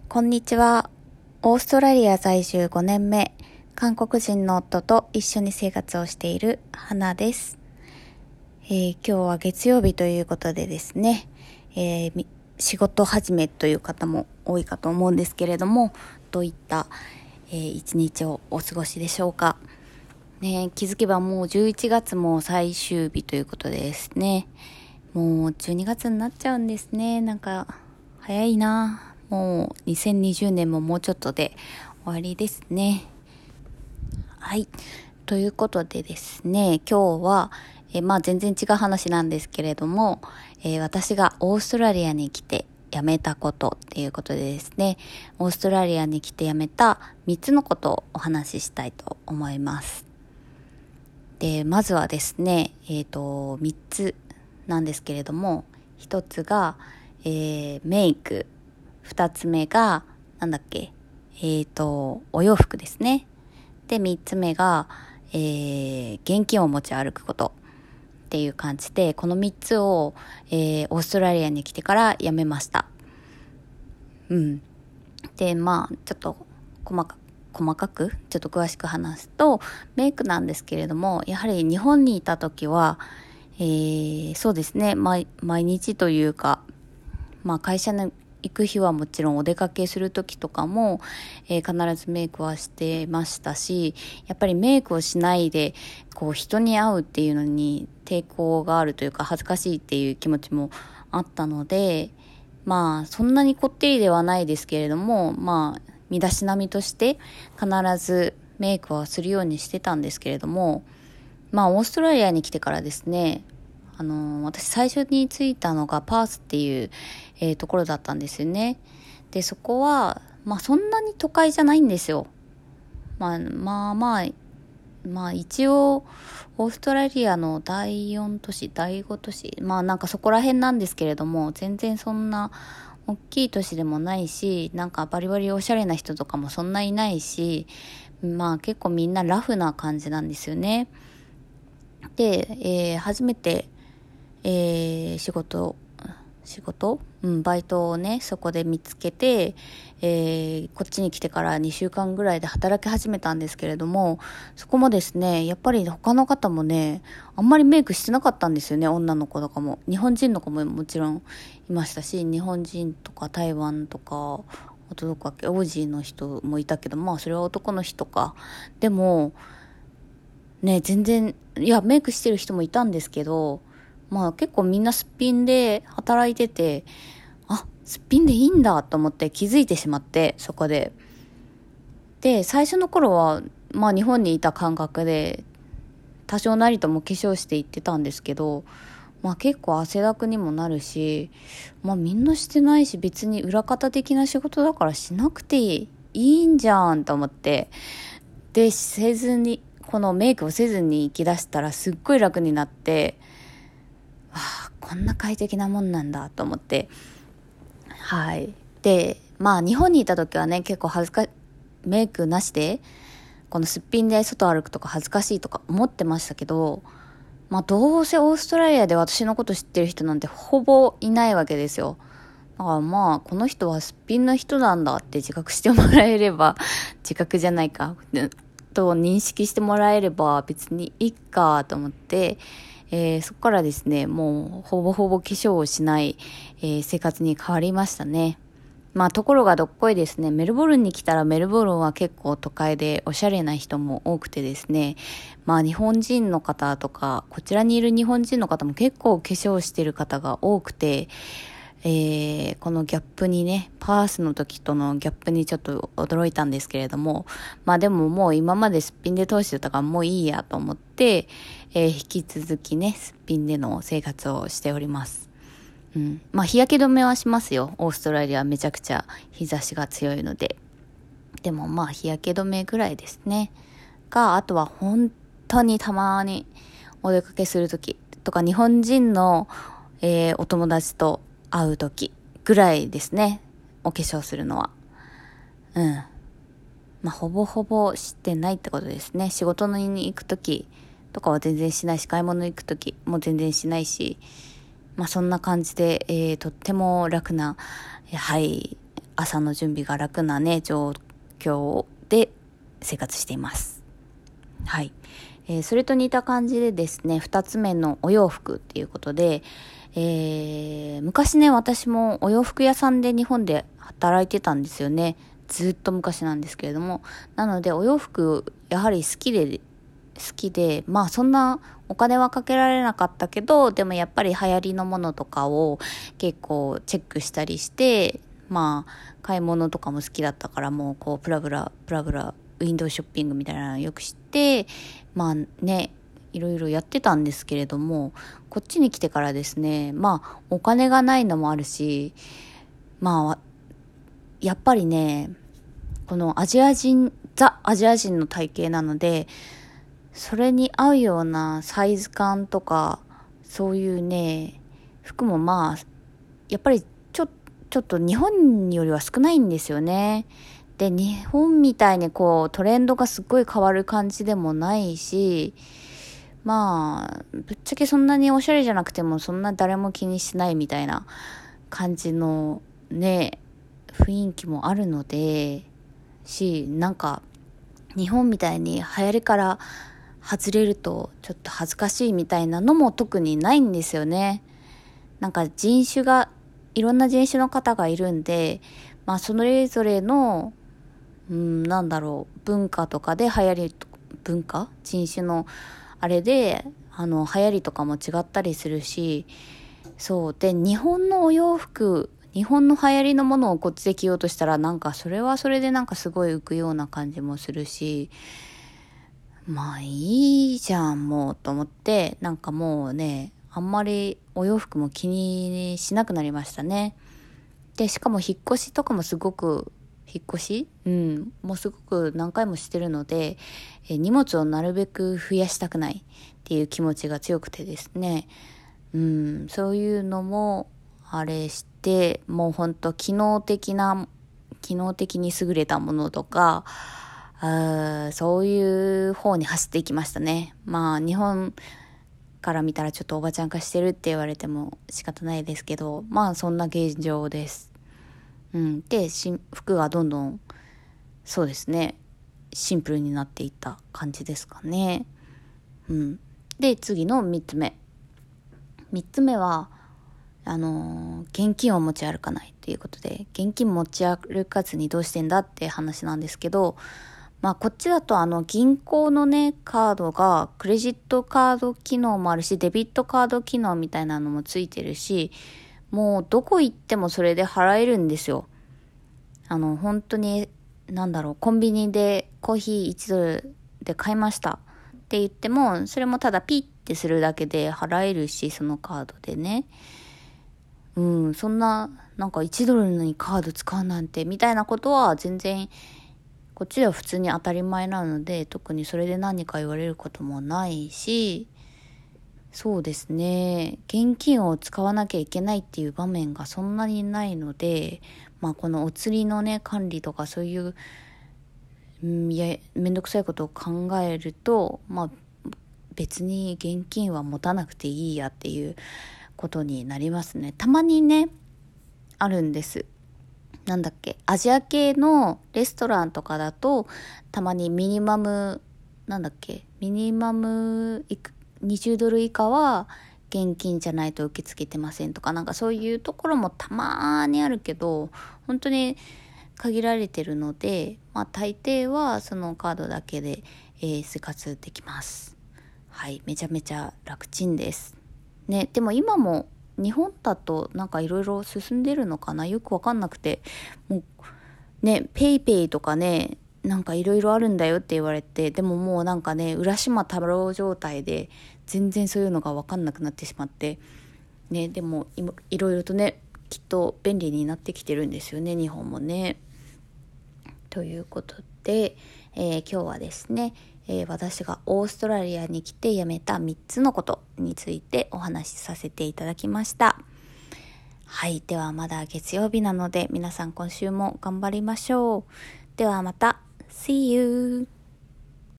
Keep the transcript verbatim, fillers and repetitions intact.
こんにちは。オーストラリア在住ごねんめ、韓国人の夫と一緒に生活をしている花です。えー、今日は月曜日ということでですね、えー、仕事始めという方も多いかと思うんですけれども、どういった、えー、一日をお過ごしでしょうか。ね、気づけばもうじゅういちがつも最終日ということでですね、もうじゅうにがつになっちゃうんですね。なんか早いな。もうにせんにじゅうねんももうちょっとで終わりですね。はい。ということでですね、今日は、えー、まあ全然違う話なんですけれども、えー、私がオーストラリアに来て辞めたことっていうことでですね、オーストラリアに来て辞めたみっつのことをお話ししたいと思います。で、まずはですね、えっと、みっつなんですけれども、ひとつが、えー、メイク。二つ目が、なんだっけ、えっと、お洋服ですね。で、三つ目が、えー、現金を持ち歩くことっていう感じで、この三つを、えー、オーストラリアに来てからやめました。うん。で、まあ、ちょっと細かく、細かく、ちょっと詳しく話すと、メイクなんですけれども、やはり日本にいた時は、えー、そうですね、毎、毎日というか、まあ会社に行く日はもちろんお出かけする時とかも、えー、必ずメイクはしてましたし、やっぱりメイクをしないでこう人に会うっていうのに抵抗があるというか恥ずかしいっていう気持ちもあったので、まあそんなにこってりではないですけれども、まあ身だしなみとして必ずメイクはするようにしてたんですけれども、まあオーストラリアに来てからですね、あのー、私最初に着いたのがパースっていう、えー、ところだったんですよね。で、そこは、まあそんなに都会じゃないんですよ。まあまあまあ、まあ一応、オーストラリアのだいよん都市、だいご都市、まあなんかそこら辺なんですけれども、全然そんな大きい都市でもないし、なんかバリバリおしゃれな人とかもそんないないし、まあ結構みんなラフな感じなんですよね。で、えー、初めて、えー、仕事、仕事うん、バイトをね、そこで見つけて、えー、こっちに来てからにしゅうかんぐらいで働き始めたんですけれども、そこもですね、やっぱり他の方もね、あんまりメイクしてなかったんですよね、女の子とかも。日本人の子ももちろんいましたし、日本人とか台湾とか、あとどこかっけ、オージーの人もいたけど、まあそれは男の人か。でも、ね、全然、いや、メイクしてる人もいたんですけど、まあ結構みんなすっぴんで働いてて、あ、すっぴんでいいんだと思って気づいてしまって、そこで。で、最初の頃は、まあ日本にいた感覚で、多少なりとも化粧していってたんですけど、まあ結構汗だくにもなるし、まあみんなしてないし別に裏方的な仕事だからしなくていい、いいんじゃんと思って。で、せずに、このメイクをせずに行き出したらすっごい楽になって、わあ、こんな快適なもんなんだと思って。はい。で、まあ日本にいた時はね、結構恥ずか、メイクなしで、このすっぴんで外歩くとか恥ずかしいとか思ってましたけど、まあどうせオーストラリアで私のこと知ってる人なんてほぼいないわけですよ。だからまあこの人はすっぴんの人なんだって自覚してもらえれば、自覚じゃないか、と認識してもらえれば別にいいかと思って、えー、そこからですね、もうほぼほぼ化粧をしない、えー、生活に変わりましたね。まあところがどっこいですね、メルボルンに来たらメルボルンは結構都会でおしゃれな人も多くてですね、まあ日本人の方とか、こちらにいる日本人の方も結構化粧してる方が多くて、えー、このギャップにね、パースの時とのギャップにちょっと驚いたんですけれども、まあでももう今まですっぴんで通してたからもういいやと思って、えー、引き続きね、すっぴんでの生活をしております。うん。まあ日焼け止めはしますよ。オーストラリアはめちゃくちゃ日差しが強いので。でもまあ日焼け止めぐらいですね。が、あとは本当にたまにお出かけするときとか日本人の、えー、お友達と会うときぐらいですね。お化粧するのは。うん。まあ、ほぼほぼしてないってことですね。仕事に行くときとかは全然しないし、買い物行くときも全然しないし、まあ、そんな感じで、えー、とっても楽な、はい、 朝の準備が楽なね、状況で生活しています。はい。えー、それと似た感じでですね、二つ目のお洋服っていうことで、えー、昔ね、私もお洋服屋さんで日本で働いてたんですよね。ずっと昔なんですけれども。なので、お洋服、やはり好きで、好きで、まあそんなお金はかけられなかったけど、でもやっぱり流行りのものとかを結構チェックしたりして、まあ買い物とかも好きだったから、もうこうプラブラ、プラブラ、ウィンドウショッピングみたいなのをよく知って、まあね、いろいろやってたんですけれども、こっちに来てからですね、まあお金がないのもあるし、まあやっぱりね、このアジア人、ザ・アジア人の体型なので、それに合うようなサイズ感とか、そういうね、服もまあ、やっぱりちょ、ちょっと日本よりは少ないんですよね。で、日本みたいにこうトレンドがすっごい変わる感じでもないし、まあ、ぶっちゃけそんなにおしゃれじゃなくてもそんな誰も気にしないみたいな感じのね、雰囲気もあるので、し、なんか日本みたいに流行りから外れるとちょっと恥ずかしいみたいなのも特にないんですよね。なんか人種が、いろんな人種の方がいるんで、まあそれぞれの、うん、なんだろう、文化とかで流行り、文化人種のあれで、あの、流行りとかも違ったりするし、そう。で、日本のお洋服、日本の流行りのものをこっちで着ようとしたら、なんかそれはそれでなんかすごい浮くような感じもするし、まあいいじゃん、もう、と思って、なんかもうね、あんまりお洋服も気にしなくなりましたね。で、しかも引っ越しとかもすごく、引っ越しうん、もうすごく何回もしてるので、え荷物をなるべく増やしたくないっていう気持ちが強くてですね、うん、そういうのもあれして、もうほんと機能的な、機能的に優れたものとか、あそういう方に走っていきましたね。まあ日本から見たらちょっとおばちゃん化してるって言われても仕方ないですけど、まあそんな現状です。うん、で、服がどんどん、そうですね、シンプルになっていった感じですかね。うん。で、次の三つ目。三つ目は、あのー、現金を持ち歩かないということで、現金持ち歩かずにどうしてんだって話なんですけど、まあこっちだとあの銀行のね、カードがクレジットカード機能もあるし、デビットカード機能みたいなのもついてるし、もうどこ行ってもそれで払えるんですよ。あの本当に、なんだろう、コンビニでコーヒーいちドルで買いましたって言っても、それもただピッてするだけで払えるし、そのカードでね。うん、そんな、なんかいちドルにカード使うなんてみたいなことは全然こっちでは普通に当たり前なので、特にそれで何か言われることもないし、そうですね、現金を使わなきゃいけないっていう場面がそんなにないので、まあこのお釣りのね、管理とかそういう、うん、いや、めんどくさいことを考えると、まあ別に現金は持たなくていいやっていうことになりますね。たまにね、あるんです。なんだっけ、アジア系のレストランとかだと、たまにミニマム、なんだっけ、ミニマムにじゅうドル以下は現金じゃないと受け付けてませんとか、なんかそういうところもたまーにあるけど、本当に限られてるので、まあ大抵はそのカードだけで、えー、生活できます。はい、めちゃめちゃ楽ちんです。ね、でも今も日本だとなんかいろいろ進んでるのかな、よくわかんなくて、もうね、ペイペイとかね、なんかいろいろあるんだよって言われて、でももうなんかね、浦島太郎状態で全然そういうのがわかんなくなってしまって、ね、でもいろいろとね、きっと便利になってきてるんですよね、日本もね。ということで、えー、今日はですね、えー、私がオーストラリアに来て辞めたみっつのことについてお話しさせていただきました。はい。ではまだ月曜日なので皆さん今週も頑張りましょう。ではまた。See you!